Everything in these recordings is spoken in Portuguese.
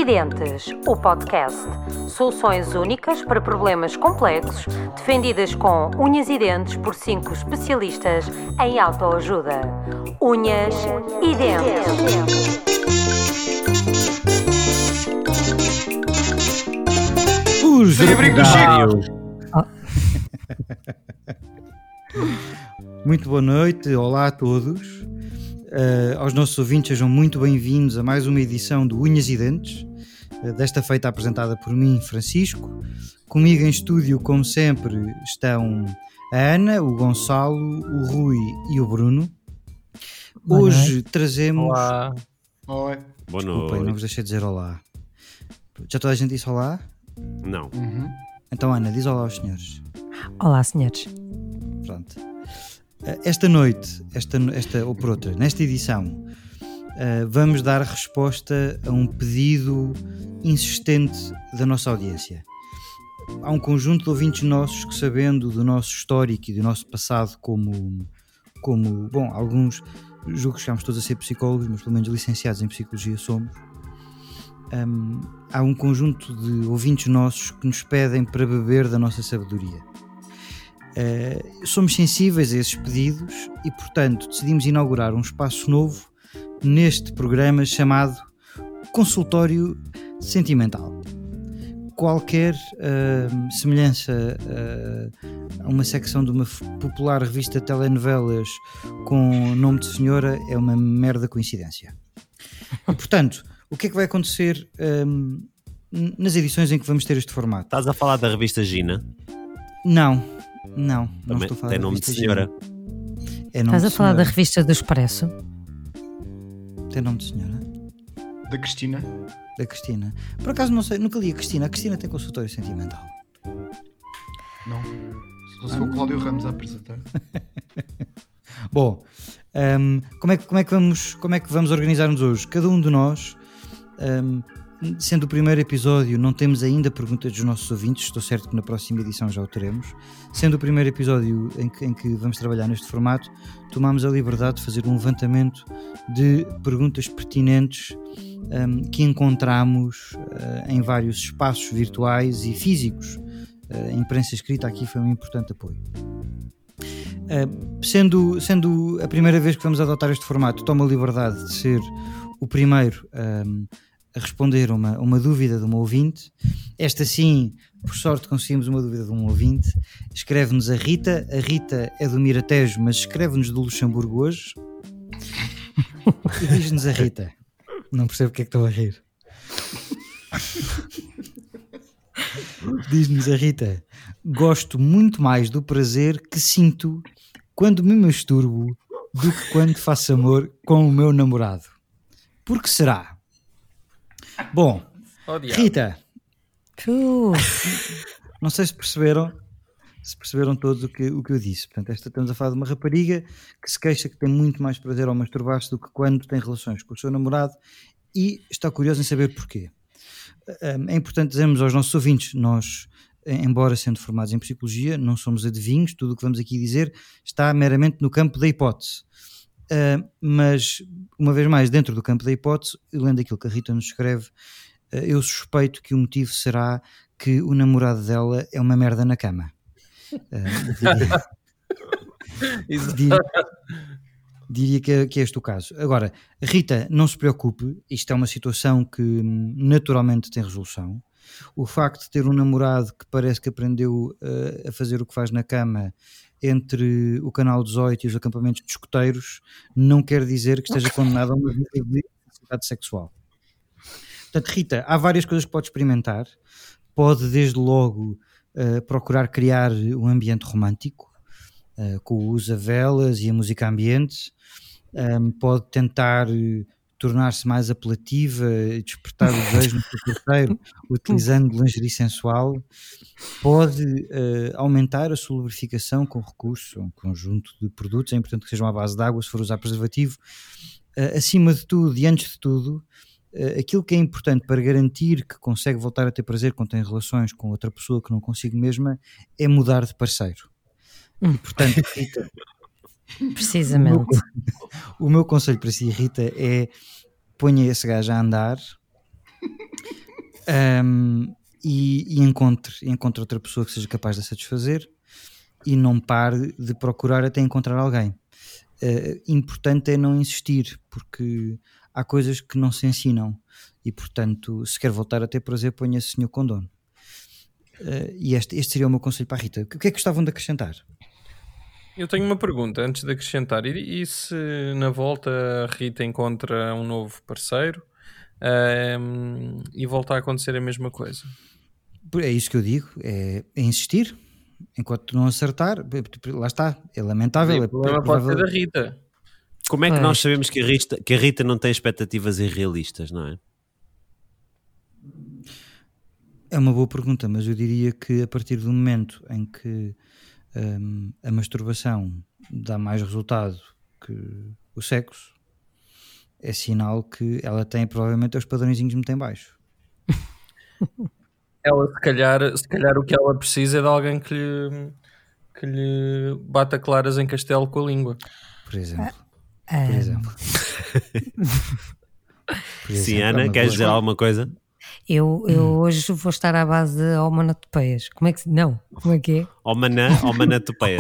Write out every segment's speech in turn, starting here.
Dentes, o podcast. Soluções únicas para problemas complexos, defendidas com unhas e dentes por 5 especialistas em autoajuda. Unhas e Dentes. Os veterinários. Muito boa noite, olá a todos. Aos nossos ouvintes, sejam muito bem-vindos a mais uma edição do Unhas e Dentes, desta feita apresentada por mim, Francisco. Comigo em estúdio, como sempre, estão a Ana, o Gonçalo, o Rui e o Bruno. Hoje trazemos... Olá. Oi. Boa Desculpem, noite. não vos deixei dizer olá. Já toda a gente disse olá? Não. Então, Ana, diz olá aos senhores. Olá, senhores. Pronto. Esta noite, ou por outra, nesta edição, vamos dar resposta a um pedido insistente da nossa audiência. Há um conjunto de ouvintes nossos que, sabendo do nosso histórico e do nosso passado como bom, alguns julgo que chegámos todos a ser psicólogos, mas pelo menos licenciados em psicologia somos, há um conjunto de ouvintes nossos que nos pedem para beber da nossa sabedoria. Somos sensíveis a esses pedidos e, portanto, decidimos inaugurar um espaço novo neste programa chamado Consultório Sentimental. Qualquer semelhança a uma secção de uma popular revista de telenovelas com nome de senhora é uma merda coincidência. E, portanto, o que é que vai acontecer nas edições em que vamos ter este formato? Estás a falar da revista Gina? Não estou a falar tem da nome de revista senhora. Gina. É nome Estás a de falar da senhora. revista do Expresso? Tem nome de senhora? Da Cristina. Da Cristina. Por acaso não sei, nunca li a Cristina. A Cristina tem consultório sentimental. Não. Só se for o Cláudio Ramos a apresentar. Bom, como é que vamos organizar-nos hoje? Cada um de nós, sendo o primeiro episódio, não temos ainda perguntas dos nossos ouvintes. Estou certo que na próxima edição já o teremos. Sendo o primeiro episódio em que vamos trabalhar neste formato, tomamos a liberdade de fazer um levantamento de perguntas pertinentes que encontramos em vários espaços virtuais e físicos. A imprensa escrita aqui foi um importante apoio. Sendo a primeira vez que vamos adotar este formato, tomo a liberdade de ser o primeiro a responder a uma dúvida de uma ouvinte. Esta sim, por sorte conseguimos uma dúvida de um ouvinte. Escreve-nos a Rita é do Miratejo, mas escreve-nos do Luxemburgo hoje. E diz-nos a Rita, não percebo porque é que estou a rir. Diz-nos a Rita: gosto muito mais do prazer que sinto quando me masturbo do que quando faço amor com o meu namorado. Por que será? Bom, Rita, não sei se perceberam todos o que eu disse. Portanto, estamos a falar de uma rapariga que se queixa que tem muito mais prazer ao masturbar-se do que quando tem relações com o seu namorado e está curiosa em saber porquê. É importante dizermos aos nossos ouvintes, nós, embora sendo formados em psicologia, não somos adivinhos, tudo o que vamos aqui dizer está meramente no campo da hipótese. Mas, uma vez mais, dentro do campo da hipótese, lendo aquilo que a Rita nos escreve, eu suspeito que o motivo será que o namorado dela é uma merda na cama. Diria que é este o caso. Agora, Rita, não se preocupe, isto é uma situação que naturalmente tem resolução. O facto de ter um namorado que parece que aprendeu a fazer o que faz na cama entre o Canal 18 e os acampamentos de escoteiros não quer dizer que esteja condenado a uma vida de atividade sexual. Portanto, Rita, há várias coisas que pode experimentar. Pode, desde logo, procurar criar um ambiente romântico, com o uso de velas e a música ambiente. Pode tentar tornar-se mais apelativa e despertar o desejo no seu parceiro utilizando lingerie sensual. Pode aumentar a sua lubrificação com recurso a um conjunto de produtos. É importante que sejam à base de água se for usar preservativo. Acima de tudo e antes de tudo, aquilo que é importante para garantir que consegue voltar a ter prazer quando tem relações com outra pessoa que não consigo mesma é mudar de parceiro. E, portanto, Rita, precisamente. O meu conselho para si, Rita, é ponha esse gajo a andar E encontre outra pessoa que seja capaz de a satisfazer e não pare de procurar até encontrar alguém. Importante é não insistir, porque há coisas que não se ensinam e, portanto, se quer voltar a ter prazer, ponha-se no condono. E este seria o meu conselho para a Rita. O que é que gostavam de acrescentar? Eu tenho uma pergunta antes de acrescentar. E se na volta a Rita encontra um novo parceiro e volta a acontecer a mesma coisa? É isso que eu digo, é insistir. Enquanto não acertar, lá está, é lamentável. O problema pode ser da Rita. Como é que nós sabemos que a Rita não tem expectativas irrealistas, não é? É uma boa pergunta, mas eu diria que a partir do momento em que a masturbação dá mais resultado que o sexo, é sinal que ela tem provavelmente os padrõezinhos muito em baixo. Ela, se calhar o que ela precisa é de alguém que lhe bata claras em castelo com a língua. Por exemplo. Sim, Ana, queres dizer alguma coisa? Eu hoje vou estar à base de onomatopeias. Como é que... Não, como é que é? Omanatopeia.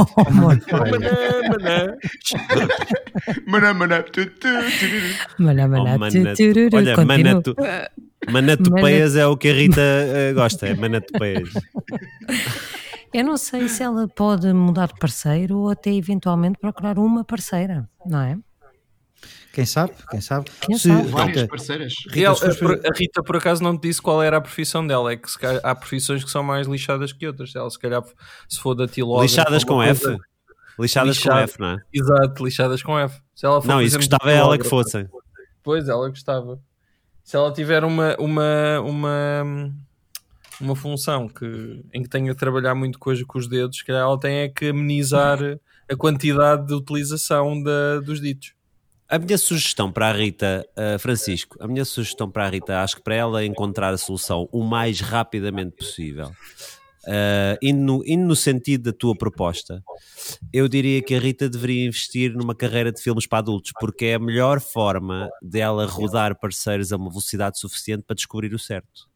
Olha, manatopeias é o que a Rita gosta, é manatopeias. Eu não sei se ela pode mudar de parceiro ou até eventualmente procurar uma parceira, não é? Quem sabe? Várias parceiras. A Rita por acaso não te disse qual era a profissão dela. É que há profissões que são mais lixadas que outras. Ela se calhar, se for datilógrafa... Lixadas com F? Lixadas com F, não é? Exato, lixadas com F. Se ela for, não, isso gostava ela que fossem. Pois, ela gostava. Se ela tiver uma função em que tenha de trabalhar muito coisa com os dedos, se calhar ela tem é que amenizar a quantidade de utilização dos ditos. A minha sugestão para a Rita, Francisco, acho que para ela encontrar a solução o mais rapidamente possível, indo no sentido da tua proposta, eu diria que a Rita deveria investir numa carreira de filmes para adultos, porque é a melhor forma dela rodar parceiros a uma velocidade suficiente para descobrir o certo.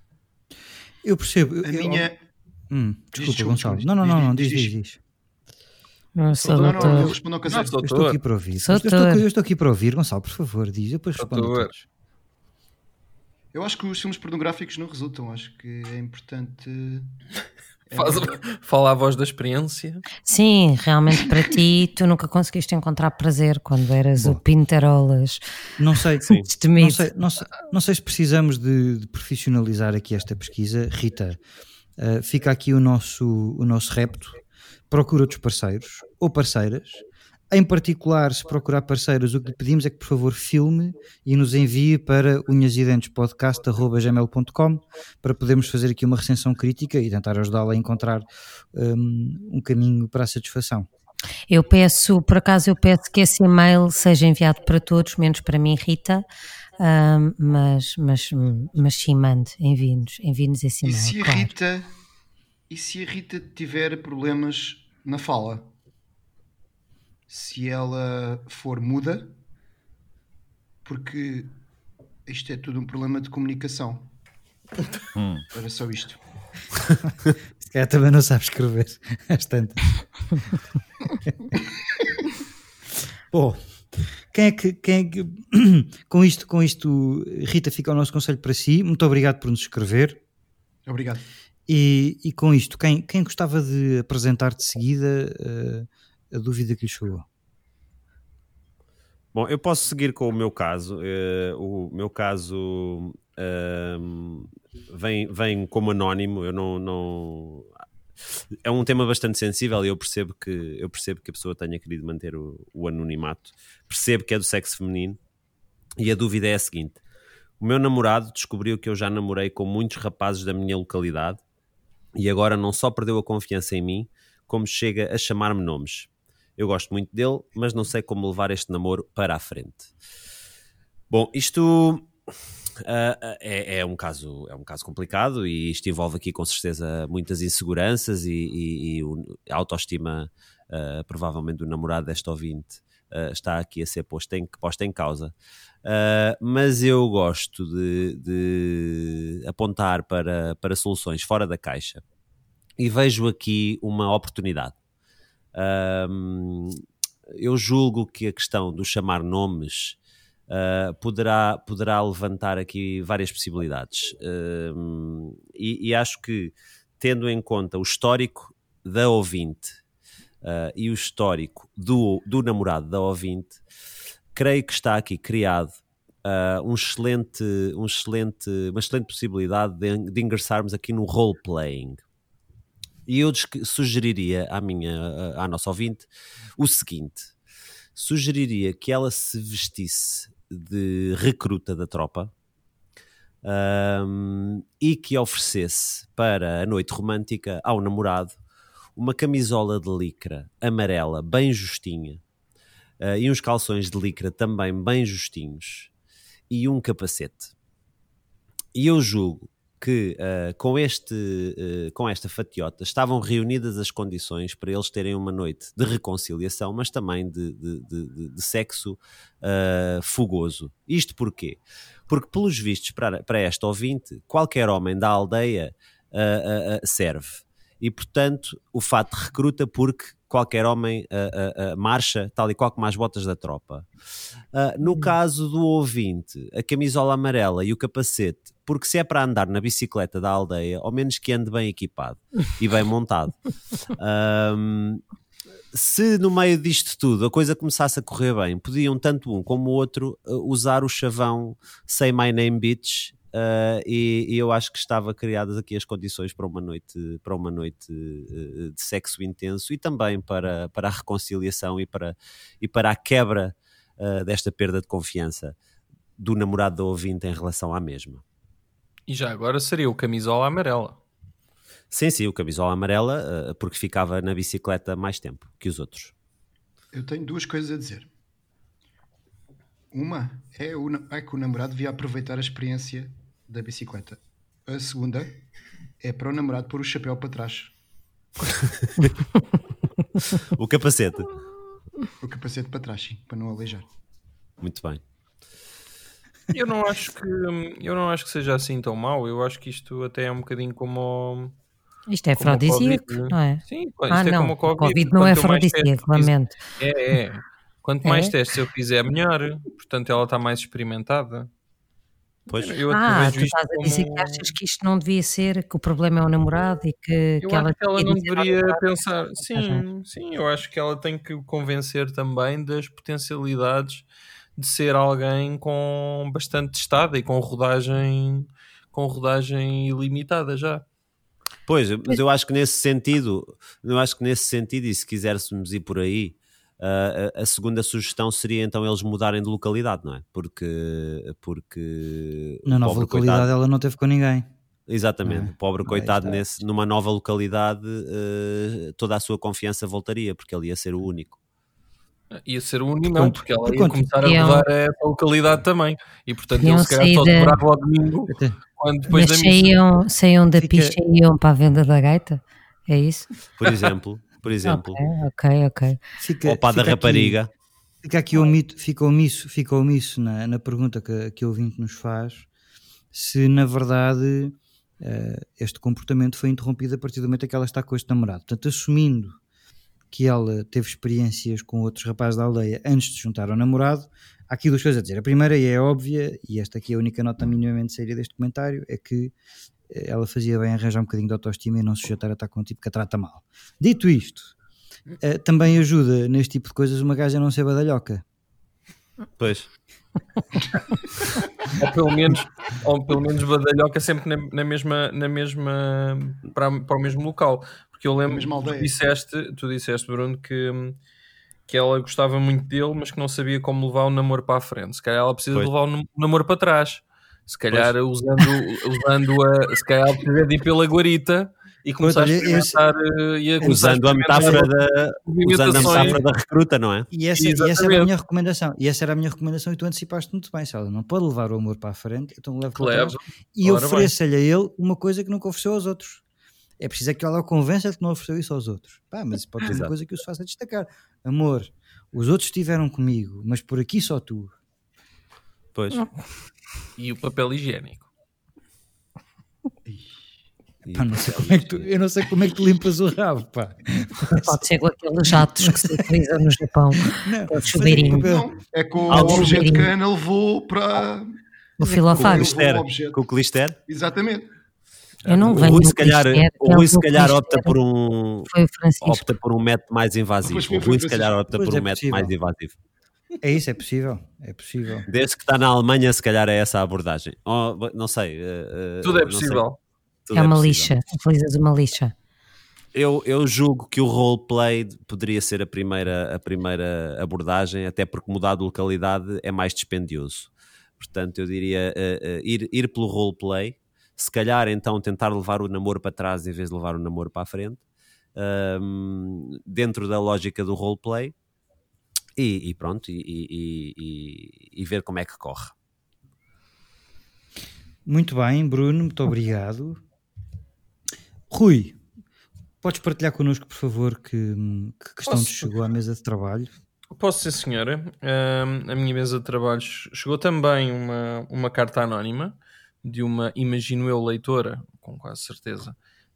Eu percebo. Desculpa, Gonçalo. Não, diz. Não, eu respondo ao casamento. Eu estou aqui para ouvir. Eu estou aqui para ouvir, Gonçalo, por favor, diz. Eu depois respondo a todos. Eu acho que os filmes pornográficos não resultam. Acho que é importante... Fala a voz da experiência. Sim, realmente para ti, tu nunca conseguiste encontrar prazer quando eras o Pintarolas. Não sei se precisamos de profissionalizar aqui esta pesquisa. Rita, fica aqui o nosso repto. Procura outros parceiros ou parceiras. Em particular, se procurar parceiros, o que lhe pedimos é que, por favor, filme e nos envie para unhasidentspodcast@gmail.com para podermos fazer aqui uma recensão crítica e tentar ajudá-la a encontrar um caminho para a satisfação. Eu peço que esse e-mail seja enviado para todos, menos para mim, Rita, mas sim, envie-nos esse e-mail. E se a Rita tiver problemas na fala? Se ela for muda, porque isto é tudo um problema de comunicação. Era só isto. Se calhar também não sabe escrever às tantas. Bom, quem é que com isto, Rita, fica o nosso conselho para si. Muito obrigado por nos escrever. Obrigado. E com isto, quem gostava de apresentar de seguida a dúvida que lhe chegou? Bom, eu posso seguir com o meu caso. O meu caso vem como anónimo. Eu não... É um tema bastante sensível e eu percebo que a pessoa tenha querido manter o anonimato. Percebo que é do sexo feminino e a dúvida é a seguinte: o meu namorado descobriu que eu já namorei com muitos rapazes da minha localidade e agora não só perdeu a confiança em mim, como chega a chamar-me nomes. Eu gosto muito dele, mas não sei como levar este namoro para a frente. Bom, isto é um caso complicado e isto envolve aqui com certeza muitas inseguranças e a autoestima provavelmente do namorado desta ouvinte está aqui a ser posta em causa. Mas eu gosto de apontar para soluções fora da caixa e vejo aqui uma oportunidade. Eu julgo que a questão do chamar nomes poderá levantar aqui várias possibilidades, e acho que, tendo em conta o histórico da ouvinte e o histórico do namorado da ouvinte, creio que está aqui criado uma excelente possibilidade de ingressarmos aqui no role-playing. E eu sugeriria à nossa ouvinte o seguinte: sugeriria que ela se vestisse de recruta da tropa e que oferecesse para a noite romântica ao namorado uma camisola de licra amarela bem justinha, e uns calções de licra também bem justinhos e um capacete. E eu julgo que com esta fatiota estavam reunidas as condições para eles terem uma noite de reconciliação, mas também de sexo fogoso. Isto porquê? Porque, pelos vistos, para esta ouvinte, qualquer homem da aldeia serve. E, portanto, o fato de recruta, porque qualquer homem marcha, tal e qual como as botas da tropa. No caso do ouvinte, a camisola amarela e o capacete, porque se é para andar na bicicleta da aldeia, ao menos que ande bem equipado e bem montado. Se no meio disto tudo a coisa começasse a correr bem, podiam tanto um como o outro usar o chavão Say My Name Bitch, e eu acho que estava criadas aqui as condições para uma noite de sexo intenso, e também para a reconciliação e para a quebra desta perda de confiança do namorado da ouvinte em relação à mesma. E já agora seria o camisola amarela. Sim, o camisola amarela, porque ficava na bicicleta mais tempo que os outros. Eu tenho duas coisas a dizer. Uma é que o namorado devia aproveitar a experiência da bicicleta. A segunda é para o namorado pôr o chapéu para trás. O capacete. O capacete para trás, sim, para não aleijar. Muito bem. Eu não acho que seja assim tão mau. Eu acho que isto até é um bocadinho como... Isto é afrodisíaco, não é? Sim, isto é como o Covid. O Covid não é afrodisíaco, lamento. É. Quanto mais testes eu fizer, melhor. Portanto, ela está mais experimentada. Pois. Tu estás a dizer que achas que isto não devia ser, que o problema é o namorado e que ela não deveria pensar. Sim, eu acho que ela tem que convencer também das potencialidades de ser alguém com bastante testada e com rodagem ilimitada já. Pois, mas eu acho que nesse sentido, e se quiséssemos ir por aí, a segunda sugestão seria então eles mudarem de localidade, não é? Porque na nova localidade coitado, ela não teve com ninguém. Exatamente, o pobre coitado numa nova localidade, toda a sua confiança voltaria, porque ele ia ser o único. Ia ser o único, não, porque ela ia começar a rodar essa localidade também. E portanto ele se calhar só demorava ao domingo, quando depois da missa. Saíam da pista e iam para a venda da gaita? É isso? Por exemplo. Ok. Ou para a da rapariga. Fica omisso na pergunta que o ouvinte nos faz, se na verdade este comportamento foi interrompido a partir do momento em que ela está com este namorado. Portanto, assumindo que ela teve experiências com outros rapazes da aldeia antes de se juntar ao namorado, há aqui duas coisas a dizer. A primeira, e é óbvia, e esta aqui é a única nota minimamente séria deste comentário, é que ela fazia bem arranjar um bocadinho de autoestima e não se sujeitar a estar com um tipo que a trata mal. Dito isto, também ajuda neste tipo de coisas uma gaja a não ser badalhoca. Pois. ou pelo menos badalhoca sempre na mesma para o mesmo local. Porque eu lembro que tu disseste, Bruno, que ela gostava muito dele, mas que não sabia como levar o namoro para a frente. Se calhar ela precisa levar o namoro para trás. Se calhar se calhar ela precisa de ir pela guarita e começar a experimentar usando a metáfora da recruta, não é? E essa era a minha recomendação. E tu antecipaste muito bem. Se ela não pode levar o amor para a frente, então leva para trás e ofereça-lhe a ele uma coisa que nunca ofereceu aos outros. É preciso que ela o convença de que não ofereceu isso aos outros. Mas pode ser uma coisa que os faça destacar. Amor, Os outros estiveram comigo, mas por aqui só tu. Pois. E o papel higiênico. Pá, não sei como é que eu não sei como é que tu limpas o rabo, pá. Pode ser com aqueles jatos que se utilizam no Japão. Com o chuveirinho. Não, é com o Algum objeto que a Ana levou para... O filofago. Com o clister? Exatamente. Eu não O venho Rui, do se calhar, clister, o Rui, ele se do calhar clister opta por um. Foi o Francisco. Opta por um método mais invasivo. Pois foi, O Rui, foi se calhar, opta Pois por é um método possível. mais invasivo. É isso, é possível. É possível. Desde que está na Alemanha, se calhar é essa a abordagem. Não sei. Tudo é não sei. possível. Tudo É uma possível. lixa. Utilizas uma lixa. Eu julgo que o roleplay poderia ser a primeira abordagem, até porque mudar de localidade é mais dispendioso. Portanto, eu diria ir pelo roleplay, se calhar então tentar levar o namoro para trás em vez de levar o namoro para a frente, dentro da lógica do roleplay, e pronto, e ver como é que corre. Muito bem, Bruno, muito obrigado. Rui, podes partilhar connosco, por favor, que questão te Posso? chegou à mesa de trabalho? Posso ser, senhora. A minha mesa de trabalho chegou também uma carta anónima de uma, imagino eu, leitora, com quase certeza,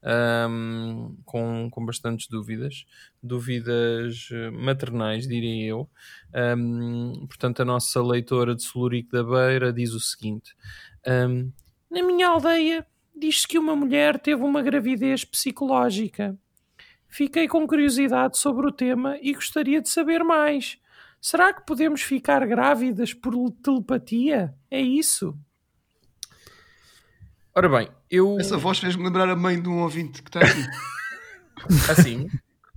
com bastantes dúvidas maternais, diria eu. Portanto, a nossa leitora de Celurico da Beira diz o seguinte: na minha aldeia diz-se que uma mulher teve uma gravidez psicológica. Fiquei com curiosidade sobre o tema e gostaria de saber mais. Será que podemos ficar grávidas por telepatia? É isso? Ora bem, eu... Essa voz fez-me lembrar a mãe de um ouvinte que está aqui. Assim?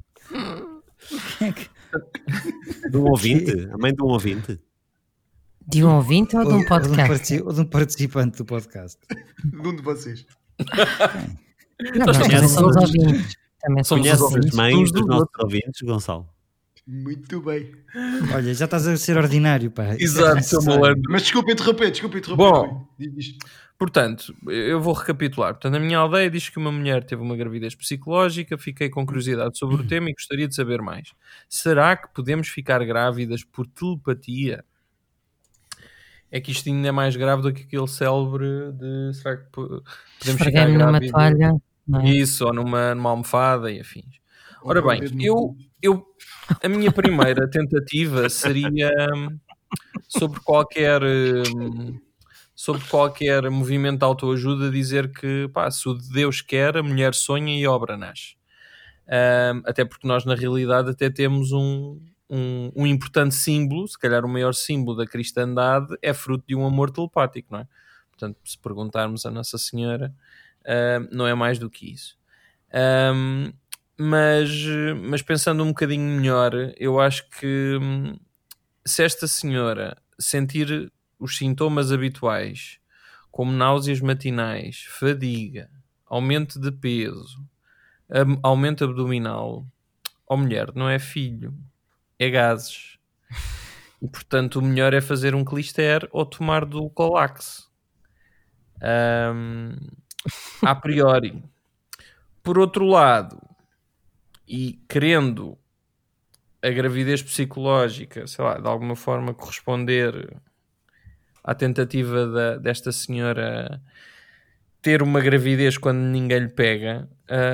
De um ouvinte? A mãe de um ouvinte? De um ouvinte ou de um podcast? Ou de um participante do podcast? De um de vocês. Não, nós também somos ouvintes. Também somos Conheces Conheces as ouvintes. mães uns dos dos nossos outros. ouvintes, Gonçalo? Muito bem. Olha, já estás a ser ordinário, pá. Isso é Exato, seu necessário. malandro. Mas desculpa interromper. Bom. Rui. Diz isto. Portanto, eu vou recapitular. Portanto, a minha aldeia diz que uma mulher teve uma gravidez psicológica, fiquei com curiosidade sobre o tema e gostaria de saber mais. Será que podemos ficar grávidas por telepatia? É que isto ainda é mais grave do que aquele célebre de... Será que podemos ficar Esfreguei-me numa grávidas? toalha. Não é? Isso, ou numa almofada e afins. Ora Ou bem, com o dedo no a minha primeira tentativa seria sobre qualquer movimento de autoajuda dizer que, pá, se o Deus quer, a mulher sonha e a obra nasce. Até porque nós, na realidade, até temos um importante símbolo, se calhar o maior símbolo da cristandade, é fruto de um amor telepático, não é? Portanto, se perguntarmos a Nossa Senhora, não é mais do que isso. Mas pensando um bocadinho melhor, eu acho que se esta senhora sentir os sintomas habituais, como náuseas matinais, fadiga, aumento de peso, aumento abdominal, mulher, não é filho, é gases. E portanto o melhor é fazer um clister ou tomar do Colax. A priori. Por outro lado, e querendo a gravidez psicológica, sei lá, de alguma forma corresponder à tentativa desta senhora ter uma gravidez quando ninguém lhe pega,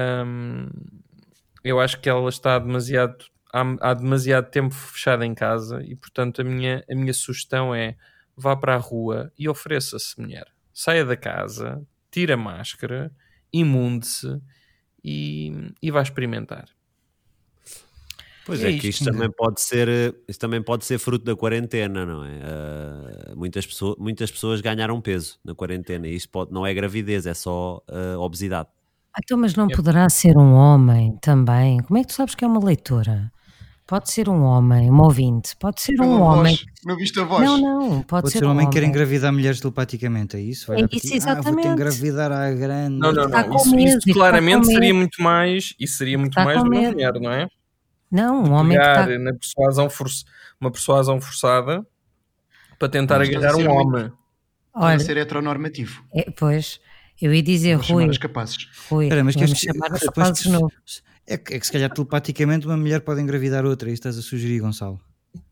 eu acho que ela está há demasiado tempo fechada em casa e, portanto, a minha sugestão é: vá para a rua e ofereça-se, mulher. Saia da casa, tira a máscara, imunde-se e vá experimentar. Pois É é, que isto também pode ser fruto da quarentena, não é? Muitas pessoas ganharam peso na quarentena e isto não é gravidez, é só obesidade. Então, mas não poderá ser um homem também? Como é que tu sabes que é uma leitora? Pode ser um homem, um ouvinte, pode ser Pela um voz. homem. Não viste a voz? Não, Pode ser um homem que quer engravidar mulheres telepaticamente, é isso? Vai É lá para isso, ti, vou-te exatamente. engravidar à grande. Não. Está com Isso medo, está claramente com medo. seria muito mais. Isso seria muito Está mais com de uma medo. mulher, não é? Não, um homem que Pegar está... na uma persuasão forçada para tentar Mas estás agarrar a ser um muito- homem. Estás Olha, a ser heteronormativo. pois, eu ia dizer, Vou chamar Rui, as capazes. Espera, mas que vamos este- chamar os depois rapazes de novo. É que se calhar telepaticamente uma mulher pode engravidar outra, é isso que estás a sugerir, Gonçalo?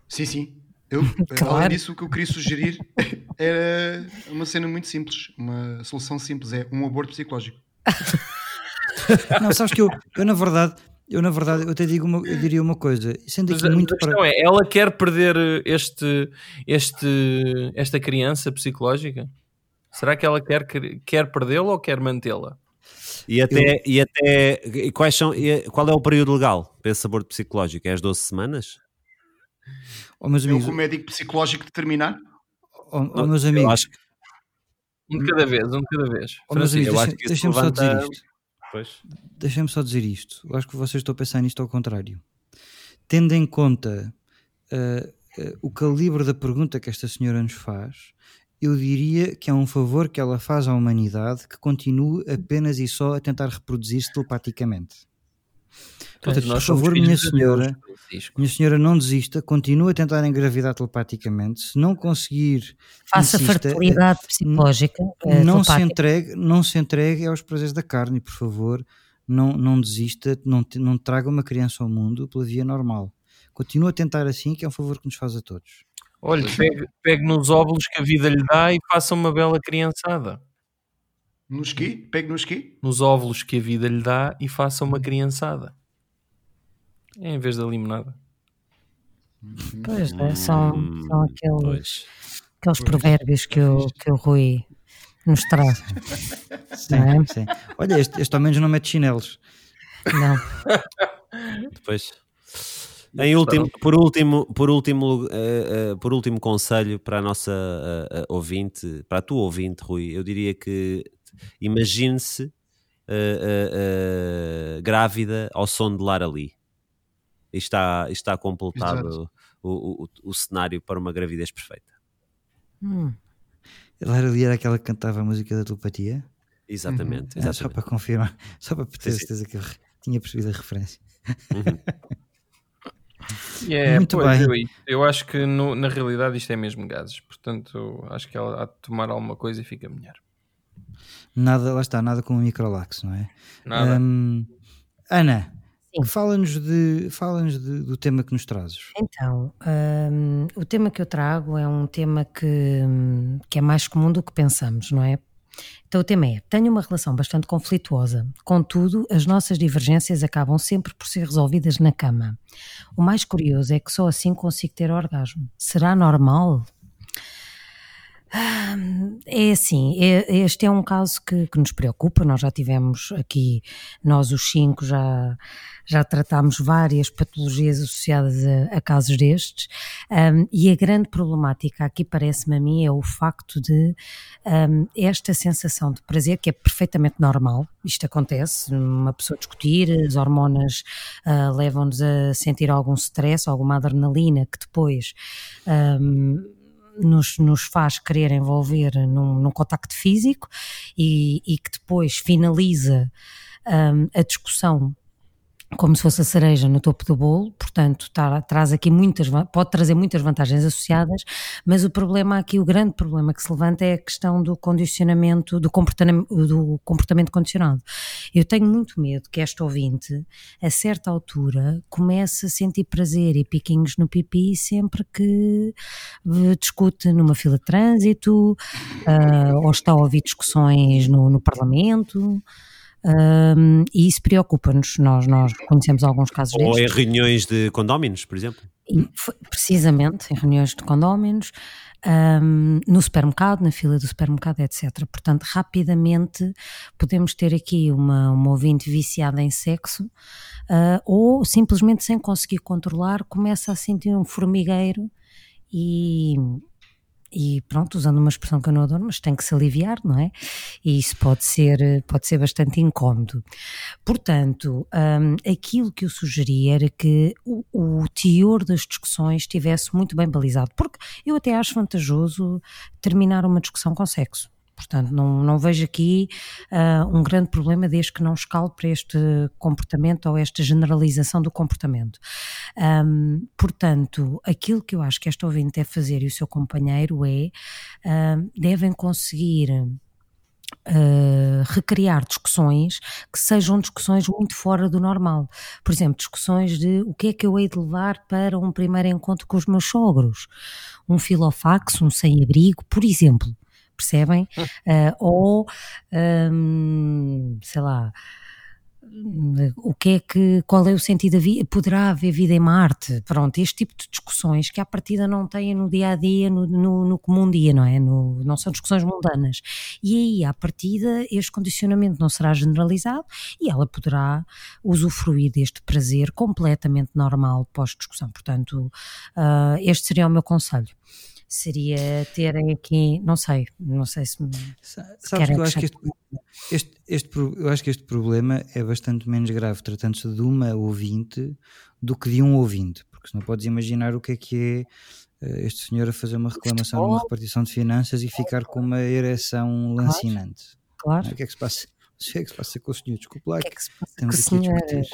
Sim. Claro. Além disso, o que eu queria sugerir era uma cena muito simples, uma solução simples, é um aborto psicológico. Não, sabes que eu na verdade, eu até eu diria uma coisa, sendo Mas aqui muito a questão é, ela quer perder esta criança psicológica? Será que ela quer perdê-la ou quer mantê-la? Qual é o período legal para esse aborto psicológico? É as 12 semanas? meus É o amigos, que o médico psicológico determinar. meus Eu amigos, acho que, Um de cada vez. meus Francisco, amigos, eu acho que isso deixem-me só dizer levanta- isto. Pois. Deixem-me só dizer isto. Eu acho que vocês estão a pensar nisto ao contrário. Tendo em conta o calibre da pergunta que esta senhora nos faz, eu diria que é um favor que ela faz à humanidade que continue apenas e só a tentar reproduzir-se telepaticamente. Portanto, por nós somos favor, filhos de Deus, Francisco. minha senhora, não desista, continue a tentar engravidar telepaticamente. Se não conseguir, Faça insista, fertilidade psicológica. não se telepática. entregue aos prazeres da carne, por favor, não desista, não traga uma criança ao mundo pela via normal. Continua a tentar assim, que é um favor que nos faz a todos. Olha, pegue nos óvulos que a vida lhe dá e faça uma bela criançada. Nos quê? Pegue nos quê? Nos óvulos que a vida lhe dá e faça uma criançada. Em vez da limonada. Pois é, são Pois. aqueles provérbios que o Rui nos traz. Não é? Sim. Olha, este ao menos não mete chinelos. Não. Depois. Por último conselho para a nossa ouvinte, para a tua ouvinte, Rui, eu diria que imagine-se grávida ao som de Lara Lee. E está completado o cenário para uma gravidez perfeita. Lara Lee era aquela que cantava a música da telepatia? Exatamente. Só para confirmar, só para ter certeza que eu tinha percebido a referência. Muito bem. Eu acho que na realidade isto é mesmo gases, portanto acho que ela há de tomar alguma coisa e fica melhor. Nada, lá está, nada com o microlax, não é? Nada. Ana, Sim. fala-nos do tema que nos trazes. Então, o tema que eu trago é um tema que é mais comum do que pensamos, não é? Então o tema é: tenho uma relação bastante conflituosa, contudo as nossas divergências acabam sempre por ser resolvidas na cama. O mais curioso é que só assim consigo ter orgasmo. Será normal? É assim, este é um caso que nos preocupa. Nós já tivemos aqui, nós os 5 já tratámos várias patologias associadas a casos destes, e a grande problemática aqui, parece-me a mim, é o facto de esta sensação de prazer, que é perfeitamente normal. Isto acontece, uma pessoa discutir, as hormonas levam-nos a sentir algum stress, alguma adrenalina que depois nos faz querer envolver num contacto físico e que depois finaliza a discussão como se fosse a cereja no topo do bolo. Portanto traz aqui pode trazer muitas vantagens associadas, mas o grande problema que se levanta é a questão do condicionamento, do comportamento condicionado. Eu tenho muito medo que esta ouvinte, a certa altura, comece a sentir prazer e piquinhos no pipi sempre que discute numa fila de trânsito, ou está a ouvir discussões no Parlamento. E isso preocupa-nos. Nós conhecemos alguns casos Ou destes. em reuniões de condóminos, por exemplo. Precisamente, em reuniões de condóminos, no supermercado, na fila do supermercado, etc. Portanto, rapidamente podemos ter aqui uma ouvinte viciada em sexo, ou simplesmente sem conseguir controlar, começa a sentir um formigueiro e pronto, usando uma expressão que eu não adoro, mas tem que se aliviar, não é? E isso pode ser bastante incómodo. Portanto, aquilo que eu sugeria era que o teor das discussões estivesse muito bem balizado, porque eu até acho vantajoso terminar uma discussão com sexo. Portanto, não vejo aqui um grande problema desde que não escale para este comportamento ou esta generalização do comportamento. Portanto, aquilo que eu acho que esta ouvinte deve fazer e o seu companheiro devem conseguir recriar discussões que sejam discussões muito fora do normal. Por exemplo, discussões de o que é que eu hei de levar para um primeiro encontro com os meus sogros. Um filofax, um sem-abrigo, por exemplo. Percebem? Ou, sei lá, qual é o sentido da vida? Poderá haver vida em Marte? Pronto, este tipo de discussões que à partida não têm no dia-a-dia, no comum dia, não é? Não são discussões mundanas. E aí, à partida, este condicionamento não será generalizado e ela poderá usufruir deste prazer completamente normal pós-discussão. Portanto, este seria o meu conselho. Seria terem aqui, não sei se Sabes que eu acho que eu acho que este problema é bastante menos grave tratando-se de uma ouvinte do que de um ouvinte, porque senão podes imaginar o que é este senhor a fazer uma reclamação numa repartição de finanças e ficar com uma ereção lancinante. Claro. O que é que se passa? O que é que se passa com o senhor? Desculpe lá. O que é que se passa com o senhor?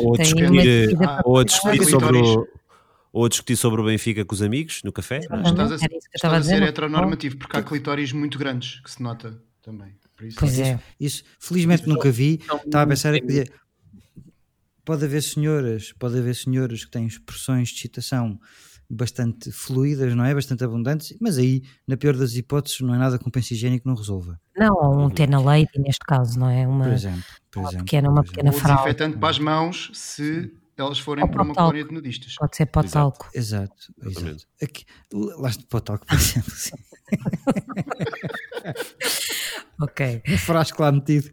Ou a discutir sobre o Benfica com os amigos no café. Estás a ser heteronormativo, porque há clitóris muito grandes que se nota também. Por isso. Pois é. Isso felizmente nunca vi. Estava a pensar que pode haver senhoras que têm expressões de excitação bastante fluídas, não é? Bastante abundantes, mas aí, na pior das hipóteses, não é nada que um penso higiênico não resolva. Não, ou um Tena Lady neste caso, não é? Por exemplo. Pequena Ou fralda. desinfetante para as mãos se elas forem para uma colónia de nudistas. Pode ser para o talco. Exato. Aqui, lá está para o talco, por exemplo. Ok. Um frasco lá metido.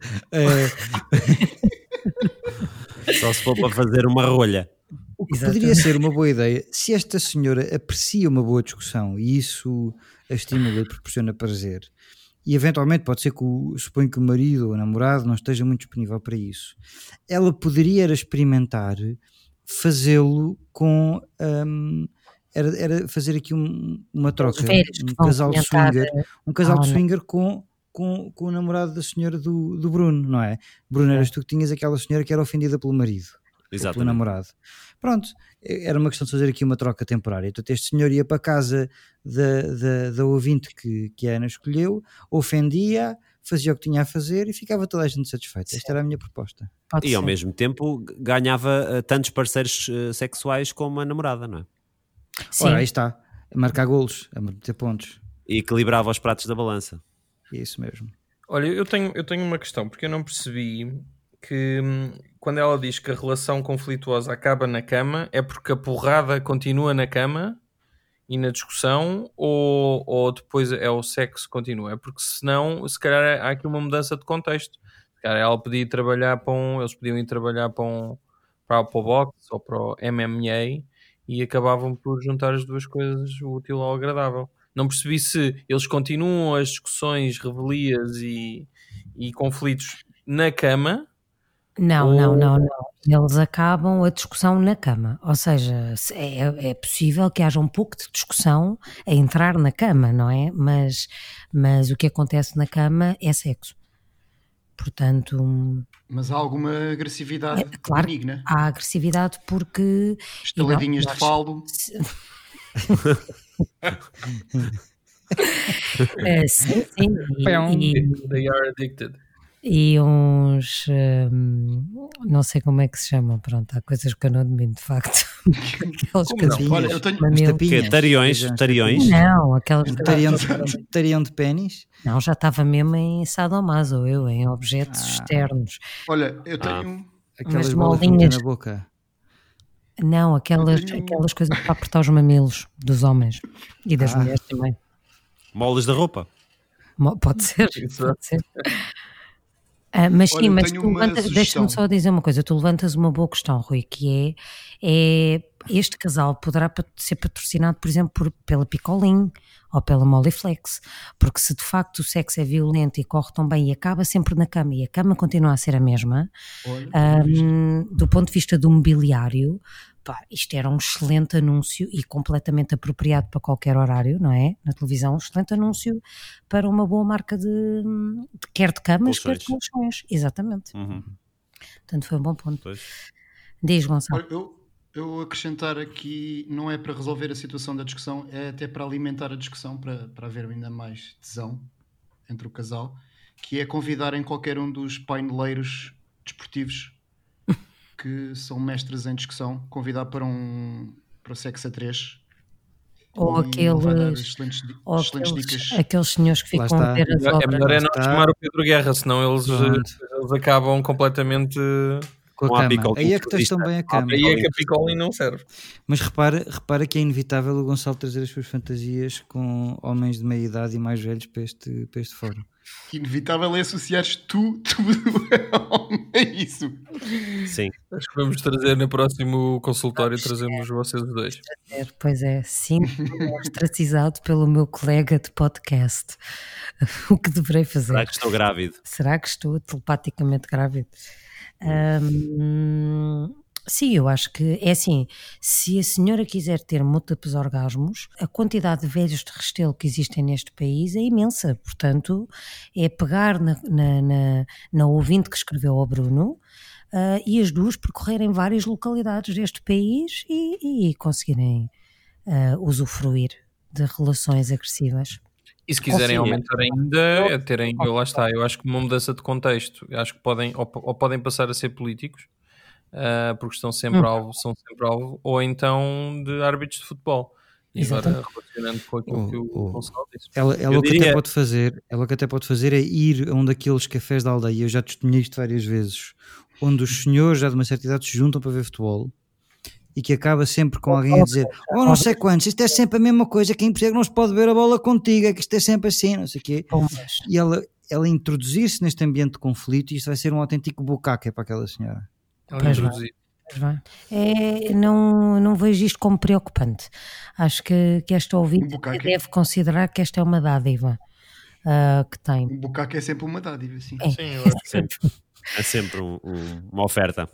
Só se for para fazer uma rolha. O que poderia ser uma boa ideia, se esta senhora aprecia uma boa discussão e isso a estimula e proporciona prazer, e eventualmente pode ser que suponho que o marido ou o namorado não esteja muito disponível para isso, ela poderia experimentar fazê-lo com era fazer aqui uma troca, um casal de swinger com o namorado da senhora do Bruno, não é? Bruno, eras tu que tinhas aquela senhora que era ofendida pelo marido. Exatamente. Pelo namorado. Pronto, era uma questão de fazer aqui uma troca temporária. Então este senhor ia para a casa da ouvinte que a Ana escolheu, ofendia, fazia o que tinha a fazer e ficava toda a gente satisfeita. Sim. Esta era a minha proposta. E ao mesmo tempo ganhava tantos parceiros sexuais como a namorada, não é? Sim. Ora, aí está, a marcar golos, a meter pontos. E equilibrava os pratos da balança. Isso mesmo. Olha, eu tenho uma questão, porque eu não percebi que quando ela diz que a relação conflituosa acaba na cama, é porque a porrada continua na cama e na discussão, ou depois é o sexo continua? É porque senão, se calhar há aqui uma mudança de contexto. Se calhar ela podia ir trabalhar eles podiam ir trabalhar para o boxe ou para o MMA e acabavam por juntar as duas coisas, o útil ao agradável. Não percebi se eles continuam as discussões, rebelias e conflitos na cama. Não. Eles acabam a discussão na cama. Ou seja, é possível que haja um pouco de discussão a entrar na cama, não é? Mas o que acontece na cama é sexo. Portanto... Mas há alguma agressividade claro, benigna? Há agressividade porque... Estaladinhas de falo. Sim. They are addicted. E uns... não sei como é que se chamam, pronto, há coisas que eu não domino de facto. Aquelas coisas. Olha, eu tenho... Tariões? Não, aquelas... Tarião de pênis? Não, já estava mesmo em sadomaso, em objetos externos. Olha, eu tenho... Aquelas bolinhas na boca. Não, aquelas coisas para apertar os mamilos dos homens e das mulheres também. Molas da roupa? Pode ser. Mas sim, mas tu deixa-me só dizer uma coisa, tu levantas uma boa questão, Rui, que é este casal poderá ser patrocinado, por exemplo, pela Picolin ou pela Moliflex, porque se de facto o sexo é violento e corre tão bem e acaba sempre na cama e a cama continua a ser a mesma, do ponto de vista do mobiliário, isto era um excelente anúncio e completamente apropriado para qualquer horário, não é? Na televisão, um excelente anúncio para uma boa marca quer de camas, quer de colchões. Exatamente. Portanto, foi um bom ponto. Pois. Diz, Gonçalo. Eu acrescentar aqui, não é para resolver a situação da discussão, é até para alimentar a discussão, para haver ainda mais tesão entre o casal, que é convidarem qualquer um dos paineleiros desportivos que são mestres em discussão, convidar para o Sexo a 3. Ou aqueles dicas. aqueles senhores que Lá ficam a está. ver as É obras. melhor é não Está. chamar o Pedro Guerra, senão eles acabam completamente. Com Não a há cama. pico Aí é que culturista. testam bem a cama. Aí é que a Picolin não serve. Mas repara que é inevitável o Gonçalo trazer as suas fantasias com homens de meia idade e mais velhos para este fórum. Inevitável é associares tu a isso. Sim. Acho que vamos trazer no próximo consultório, trazemos vocês os dois. Pois é, sinto-me ostracizado pelo meu colega de podcast. O que deverei fazer? Será que estou grávido? Será que estou telepaticamente grávida? Sim, eu acho que é assim, se a senhora quiser ter múltiplos orgasmos, a quantidade de velhos de Restelo que existem neste país é imensa, portanto é pegar na ouvinte que escreveu ao Bruno e as duas percorrerem várias localidades deste país e conseguirem usufruir de relações agressivas. E se quiserem Sim, aumentar ainda, é terem, lá está, eu acho que uma mudança de contexto, eu acho que podem, ou podem passar a ser políticos, porque estão sempre são sempre alvo, ou então de árbitros de futebol. E agora, relacionando com aquilo que o Gonçalo disse. Ela o que até pode fazer é ir a um daqueles cafés da aldeia, eu já testemunhei isto várias vezes, onde os senhores já de uma certa idade se juntam para ver futebol e que acaba sempre com alguém a dizer não sei quantos, isto é sempre a mesma coisa, quem percebe não se pode ver a bola contigo, é que isto é sempre assim, não sei o quê. E ela introduzir-se neste ambiente de conflito, isto vai ser um autêntico bucaque para aquela senhora. Não vejo isto como preocupante. Acho que esta ouvinte deve considerar que esta é uma dádiva que tem. O bucaque é sempre uma dádiva, sim. Sim, eu acho que É sempre uma oferta.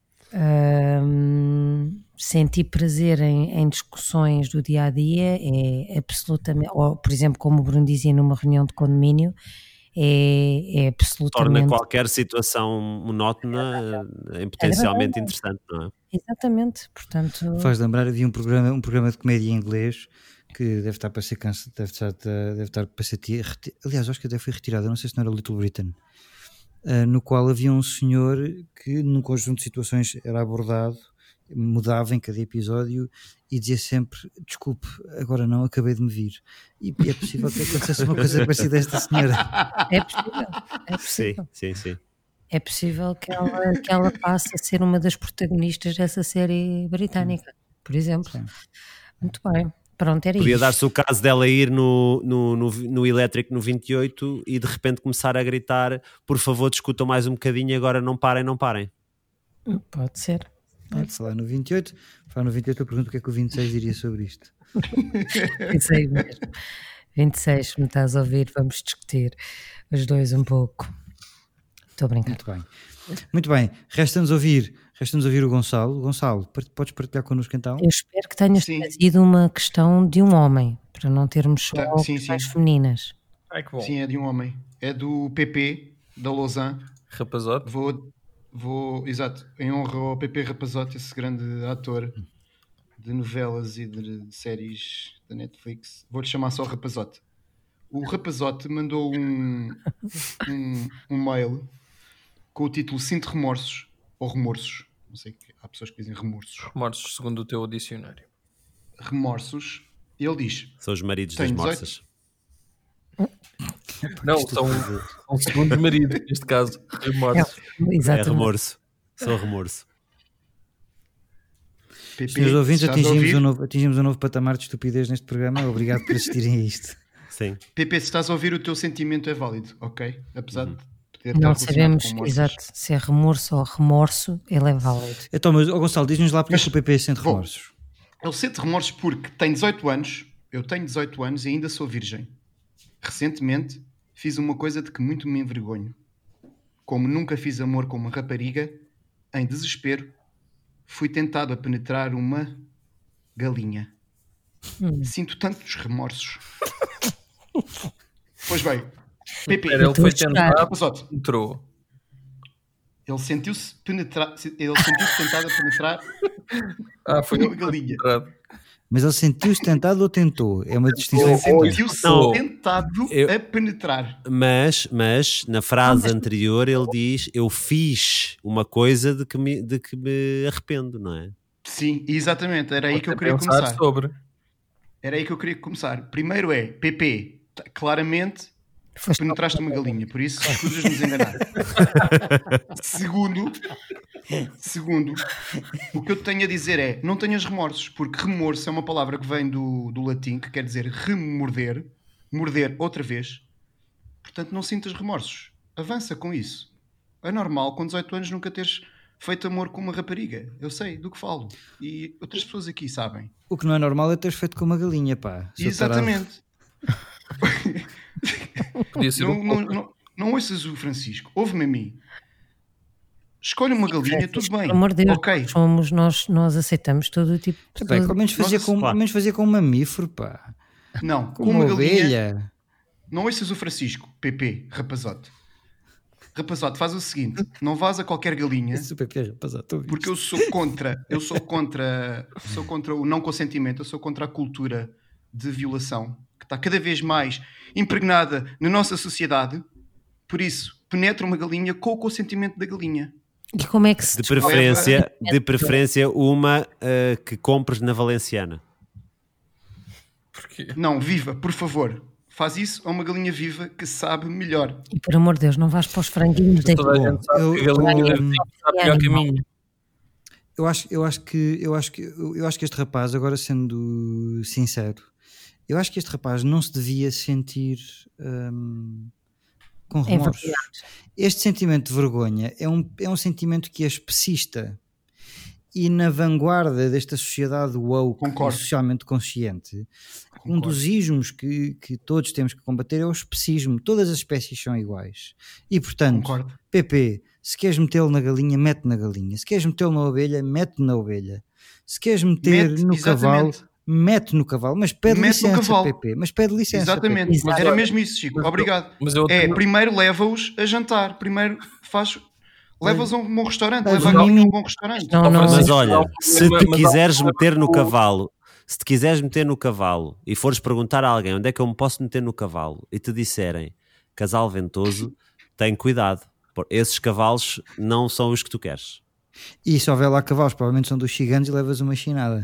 Sentir prazer em discussões do dia a dia é absolutamente, ou por exemplo, como o Bruno dizia numa reunião de condomínio, é absolutamente. Torna qualquer situação monótona potencialmente interessante, não é? Exatamente, portanto. Faz lembrar, havia um programa de comédia em inglês que deve estar para ser cancelado, deve estar para ser aliás, acho que até foi retirado, eu não sei se não era Little Britain. No qual havia um senhor que num conjunto de situações era abordado, mudava em cada episódio e dizia sempre, desculpe, agora não, acabei de me vir. E é possível que acontecesse uma coisa parecida a esta senhora. É possível. Sim. É possível que ela passe a ser uma das protagonistas dessa série britânica, por exemplo. Sim. Muito bem. Pronto, era Podia isso. dar-se o caso dela ir no elétrico no 28 e de repente começar a gritar, por favor discutam mais um bocadinho, agora não parem. Pode ser. Falar no 28 eu pergunto o que é que o 26 diria sobre isto. Isso aí mesmo. 26, me estás a ouvir, vamos discutir os dois um pouco. Estou a brincar. Muito bem, resta-nos ouvir o Gonçalo. Gonçalo, podes partilhar connosco então? Eu espero que tenhas trazido uma questão de um homem, para não termos só questões femininas. Ai, que bom. Sim, é de um homem. É do PP, da Lausanne. Rapazote. Exato, em honra ao PP Rapazote, esse grande ator de novelas e de séries da Netflix. Vou-lhe chamar só Rapazote. O Rapazote mandou um mail com o título Sinto remorsos, ou remorsos, não sei, há pessoas que dizem remorsos. Remorsos, segundo o teu dicionário. Remorsos. Ele diz: São os maridos das morsas. Não, são segundos maridos, neste caso. Remorsos. É remorso. Sou remorso. Senhores ouvintes, atingimos um novo patamar de estupidez neste programa. Obrigado por assistirem a isto. Sim. PP, se estás a ouvir, o teu sentimento é válido, ok? Apesar de poder não estar sabemos com exato se é remorso ou remorso, ele é válido. Então, mas Gonçalo, diz-nos lá porque é que o PP sente remorsos. Ele sente remorsos porque tem 18 anos, eu tenho 18 anos e ainda sou virgem. Recentemente fiz uma coisa de que muito me envergonho. Como nunca fiz amor com uma rapariga, em desespero, fui tentado a penetrar uma galinha. Sinto tantos remorsos. Pois bem, PP. Ele foi tentado, Rapazote. entrou. Ele sentiu-se tentado a penetrar foi uma galinha. Penetrado. Mas ele sentiu-se tentado ou tentou? É uma distinção importante. Sentiu-se Não, tentado eu- a penetrar. Mas na frase anterior ele diz: eu fiz uma coisa de que me arrependo, não é? Sim, exatamente. Era aí que eu Até queria pensar começar. sobre. Era aí que eu queria começar. Primeiro é, PP, claramente Foste penetraste uma galinha, por isso escusas-nos enganar. Segundo, o que eu te tenho a dizer é, não tenhas remorsos, porque remorso é uma palavra que vem do latim, que quer dizer remorder, morder outra vez. Portanto, não sintas remorsos. Avança com isso. É normal, com 18 anos, nunca teres feito amor com uma rapariga. Eu sei do que falo. E outras pessoas aqui sabem. O que não é normal é teres feito com uma galinha, pá. Seu tarado. Exatamente. Podia ser um pouco. Não ouças o Francisco, ouve-me a mim. Escolhe uma galinha, tudo bem. Pelo amor de Deus, Ok. nós aceitamos todo o tipo de Pá, pessoas. ao menos fazia, Nossa, com, claro. ao menos fazia com um mamífero, pá. Não, Com com uma galinha. ovelha. Não ouças o Francisco, PP, rapazote. Rapazote, faz o seguinte: não vás a qualquer galinha, Esse PP, rapaziada, estou a ouvir porque isto. eu sou contra o não consentimento, eu sou contra a cultura de violação que está cada vez mais impregnada na nossa sociedade. Por isso, penetra uma galinha com o consentimento da galinha. E como é que se De preferência uma que compres na Valenciana. Porque Não, viva, por favor. Faz isso a uma galinha viva que sabe melhor. E por amor de Deus, não vais para os franguinhos de toda a gente sabe eu- que a galinha eu- está pior que a minha. Eu acho que este rapaz, agora sendo sincero, eu acho que este rapaz não se devia sentir com remorsos. Envergonhado. Este sentimento de vergonha é um sentimento que é especista e na vanguarda desta sociedade woke Concordo. e socialmente consciente. Um Concordo. dos ismos que todos temos que combater é o especismo. Todas as espécies são iguais. E portanto, Concordo. PP, se queres metê-lo na galinha, mete na galinha. Se queres metê-lo na ovelha, mete na ovelha. Se queres meter Mete, no cavalo, exatamente. mete no cavalo. Mas pede Mete no licença, cavalo. PP. Mas pede licença, Exatamente. Exato. Era mesmo isso, Chico. Mas eu- Obrigado. mas eu É, tenho- primeiro leva-os a jantar. Primeiro leva-os a um bom restaurante. Mas Leva a não- galinha a um bom restaurante. Não, não, Mas Não, olha, mas se há te um quiseres problema meter no com- cavalo, se te quiseres meter no cavalo e fores perguntar a alguém onde é que eu me posso meter no cavalo e te disserem Casal Ventoso, tem cuidado. Esses cavalos não são os que tu queres. E se houver lá cavalos, provavelmente são dos ciganos e levas uma chinada.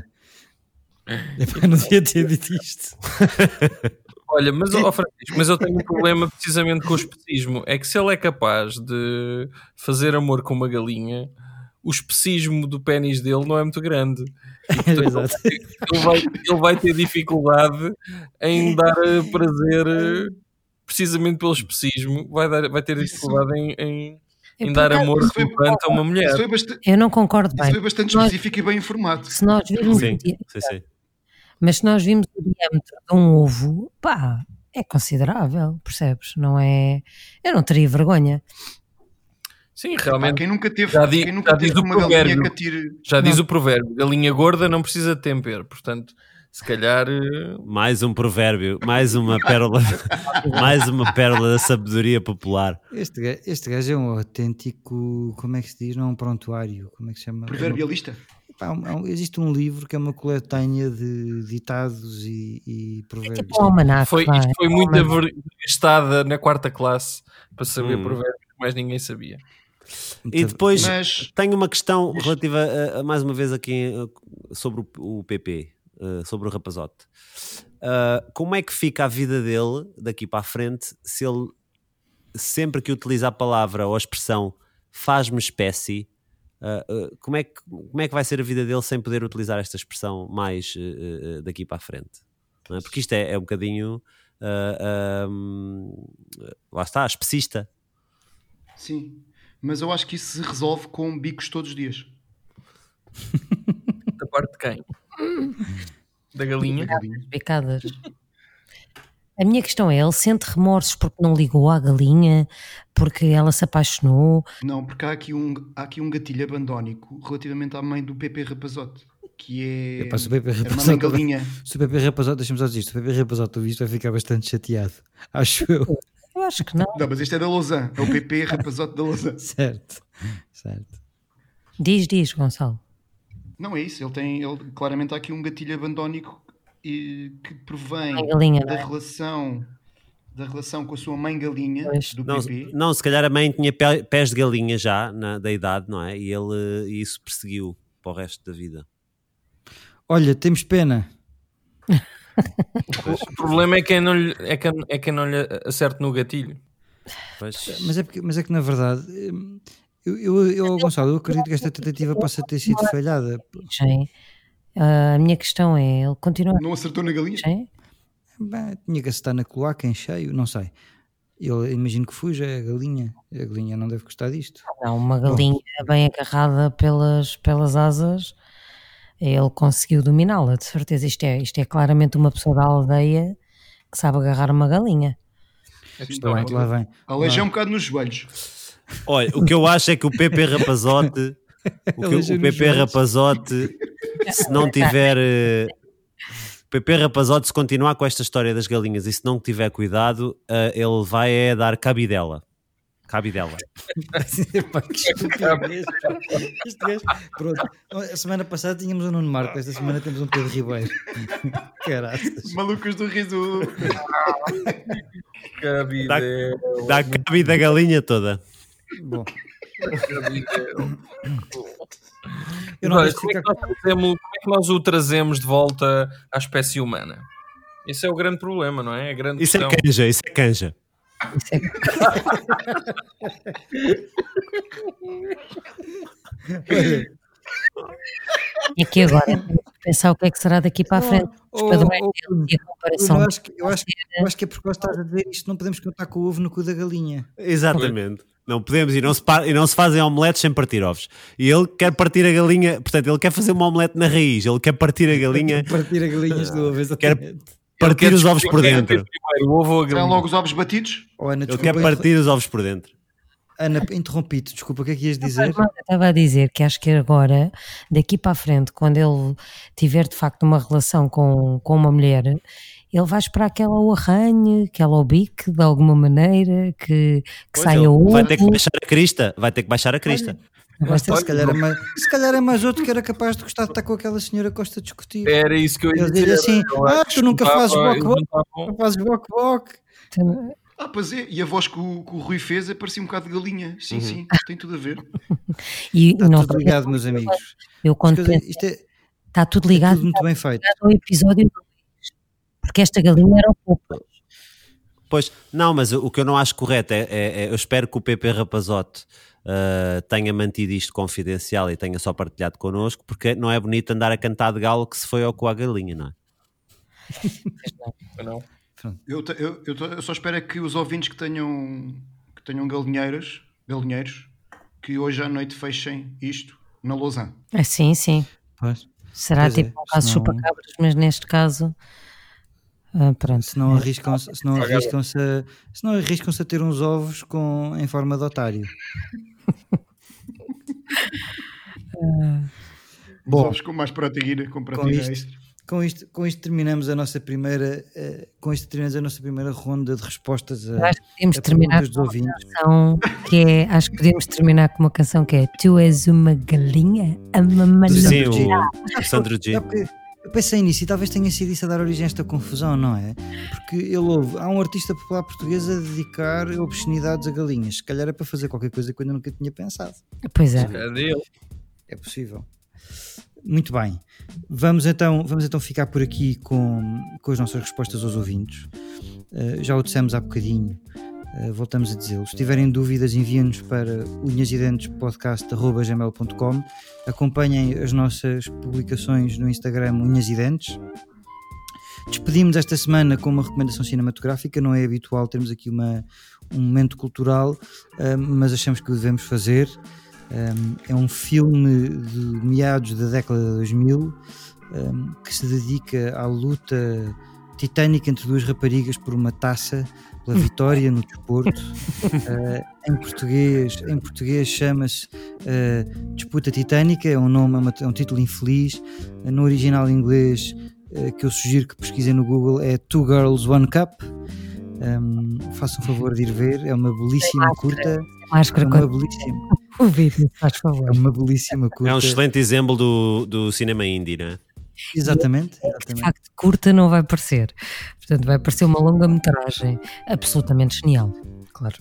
Eu não devia ter dito isto. Olha, mas, ó, Francisco, mas eu tenho um problema precisamente com o especismo. É que se ele é capaz de fazer amor com uma galinha, o especismo do pénis dele não é muito grande. E, portanto, Exato. ele vai ter dificuldade em dar prazer precisamente pelo especismo. Vai ter dificuldade em dar amor Isso foi- relevante a uma mulher. Isso foi bastante, Eu não concordo isso bem. foi bastante Nós- específico e bem informado. Se nós virmos Sim, o di- sim. mas se nós vimos o diâmetro de um ovo, pá, é considerável, percebes? Não é. Eu não teria vergonha. Sim, Pá, realmente. quem nunca teve, Já di- quem já nunca diz teve o uma galinha provérbio. que atire. Já diz o provérbio, galinha gorda não precisa de tempero. Portanto, se calhar... Mais um provérbio, mais uma pérola, mais uma pérola da sabedoria popular. Este gajo é um autêntico, como é que se diz? Não é um prontuário, como é que se chama? Proverbialista. Pá, existe um livro que é uma coletânea de ditados e É provérbios. tipo um almanac. vá, Isto foi é um muito almanac. gastada na quarta classe para saber Hum. provérbios que mais ninguém sabia. E depois Mas tenho uma questão relativa mais uma vez aqui sobre o PP, sobre o rapazote. Como é que fica a vida dele daqui para a frente se ele sempre que utiliza a palavra ou a expressão faz-me espécie, como é que vai ser a vida dele sem poder utilizar esta expressão mais daqui para a frente? Não é? Porque isto é um bocadinho lá está, especista. sim. Mas eu acho que isso se resolve com bicos todos os dias. Da parte de quem? Da galinha? Picadas. A minha questão é, ele sente remorsos porque não ligou à galinha, porque ela se apaixonou. Não, porque há aqui um gatilho abandónico relativamente à mãe do PP Rapazote, que é Epá, se o PP a irmã Rapazote- galinha. Se o PP Rapazote, deixa-me só dizer isto, se o PP Rapazote ouvir isto vai ficar bastante chateado, acho eu. Eu acho que não. Não, mas este é da Lausanne, é o PP Rapazote da Lausanne. Certo. Diz, Gonçalo. Não é isso, ele claramente há aqui um gatilho abandónico que provém Mãe galinha, não da é? relação com a sua mãe galinha Pois. do Não, bebê. não, se calhar a mãe tinha pés de galinha já da idade, não é? E isso perseguiu para o resto da vida. Olha, temos pena. O problema é quem não lhe acerte no gatilho. Pois, Mas é que na verdade, eu Gonçalo, eu acredito que esta tentativa possa ter sido falhada. Sim. A minha questão é, ele continua Não acertou na galinha? sim? Bem, tinha que acertar na cloaca em cheio, não sei. Eu imagino que fuja a galinha. A galinha não deve gostar disto. Não, uma galinha bem agarrada pelas asas, ele conseguiu dominá-la, de certeza. Isto é claramente uma pessoa da aldeia que sabe agarrar uma galinha. A questão é Pronto, lá vem. Aleija um bocado nos joelhos. olha, o que eu acho é que o PP Rapazote, se não tiver. O PP Rapazote, se continuar com esta história das galinhas e se não tiver cuidado, ele vai dar cabidela. Cabidela. Pá, que estupidez, pá. Este gajo- Pronto. A semana passada tínhamos um Nuno Marco, esta semana temos um Pedro Ribeiro. Caraças. Malucos do riso. cabidela. Dá cabi da galinha toda. Bom, cabidela. eu não Olha, deixo de como é ficar. como é que nós o trazemos de volta à espécie humana? Esse é o grande problema, não é? A grande Isso é questão. canja, isso é canja. Isso é- Olha, E que agora temos que pensar o que é que será daqui para a frente. Os padrões deles e a comparação. eu acho que é porque nós estás a dizer isto, não podemos contar com o ovo no cu da galinha. Exatamente. Não podemos e não se fazem omeletes sem partir ovos. E ele quer partir a galinha, portanto, ele quer fazer uma omelete na raiz, ele quer partir a galinha, Partir a galinhas do ovo, exatamente. partir os ovos por dentro. Primeiro, o ovo ou a Serão galinha? logo os ovos batidos? Oh, Ana, Ele desculpa, quer partir os ovos por dentro. Ana, interrompi-te, desculpa, o que é que ias dizer? Eu estava a dizer que acho que agora, daqui para a frente, quando ele tiver de facto uma relação com uma mulher, ele vai esperar que ela o arranhe, que ela o bique de alguma maneira, que Pois, saia ele ovo. vai ter que baixar a crista. Vai ter que baixar a crista. Lá está, se calhar é mais outro que era capaz de gostar de estar com aquela senhora que gosta de discutir. Era isso que eu ia Ele dizer. diz assim, Eu acho tu nunca que fazes eles boc-boc, não estavam- não fazes boc-boc. Pois é. E a voz que o Rui fez parecia um bocado de galinha. Sim, sim. Tem tudo a ver. E Está não tudo ligado, meus amigos. eu quando As coisas- penso, isto é está tudo ligado, tudo muito bem feito. ao episódio 2, porque esta galinha era o pouco. Pois, não, mas o que eu não acho correto eu espero que o PP Rapazote tenha mantido isto confidencial e tenha só partilhado connosco, porque não é bonito andar a cantar de galo que se foi ao com a galinha, não é? Não. Eu só espero é que os ouvintes que tenham galinheiros, que hoje à noite fechem isto na Lausanne. Sim, sim. Pois. Será Pois é, tipo um caso senão- chupa-cabras, mas neste caso, pronto. Se não arriscam-se a ter uns ovos em forma de otário. Os ovos com mais proteína, com proteína extra. Com isto terminamos a nossa primeira ronda de respostas a Acho que podemos terminar perguntas dos com uma ouvintes. canção acho que podemos terminar com uma canção que é Tu és uma galinha a mamar. Sim, Sim, G. o Sandro G. Sabe que eu pensei nisso e talvez tenha sido isso a dar origem a esta confusão, não é? Porque há um artista popular português a dedicar obscenidades a galinhas. Se calhar é para fazer qualquer coisa que eu ainda nunca tinha pensado. Pois é. Cadê ele? É possível. Muito bem. Vamos então ficar por aqui com as nossas respostas aos ouvintes. Já o dissemos há bocadinho. Voltamos a dizê-lo. Se tiverem dúvidas, enviem-nos para unhasidentes.podcast@gmail.com. Acompanhem as nossas publicações no Instagram Unhas e Dentes. Despedimos esta semana com uma recomendação cinematográfica. Não é habitual termos aqui um momento cultural, mas achamos que o devemos fazer. É um filme de meados da década de 2000 que se dedica à luta titânica entre duas raparigas por uma taça, pela vitória no desporto. Em português chama-se Disputa Titânica, é um título infeliz. No original inglês, que eu sugiro que pesquisem no Google, é Two Girls, One Cup. Façam o favor de ir ver, é uma belíssima curta. Máscara É uma belíssima. o vídeo, faz favor. É uma belíssima curta. É um excelente exemplo do cinema indie, não é? Exatamente. De facto, curta não vai parecer. Portanto, vai parecer uma longa-metragem absolutamente genial, claro.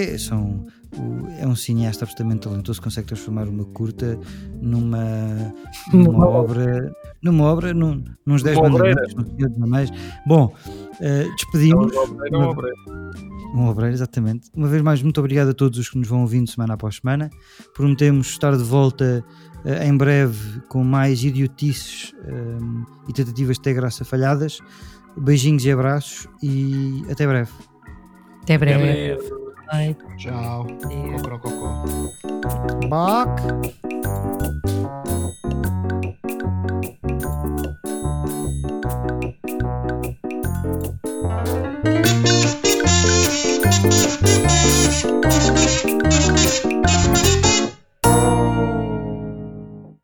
É um cineasta absolutamente talentoso, consegue transformar uma curta numa obra, nos 10 mandamentos, no Senhor dos Anéis. Bom, despedimos. Um obreiro, exatamente. Uma vez mais, muito obrigado a todos os que nos vão ouvindo semana após semana. Prometemos estar de volta em breve com mais idiotices e tentativas de ter graça falhadas. Beijinhos e abraços e até breve. Até breve. Tchau. Cocó. Bye.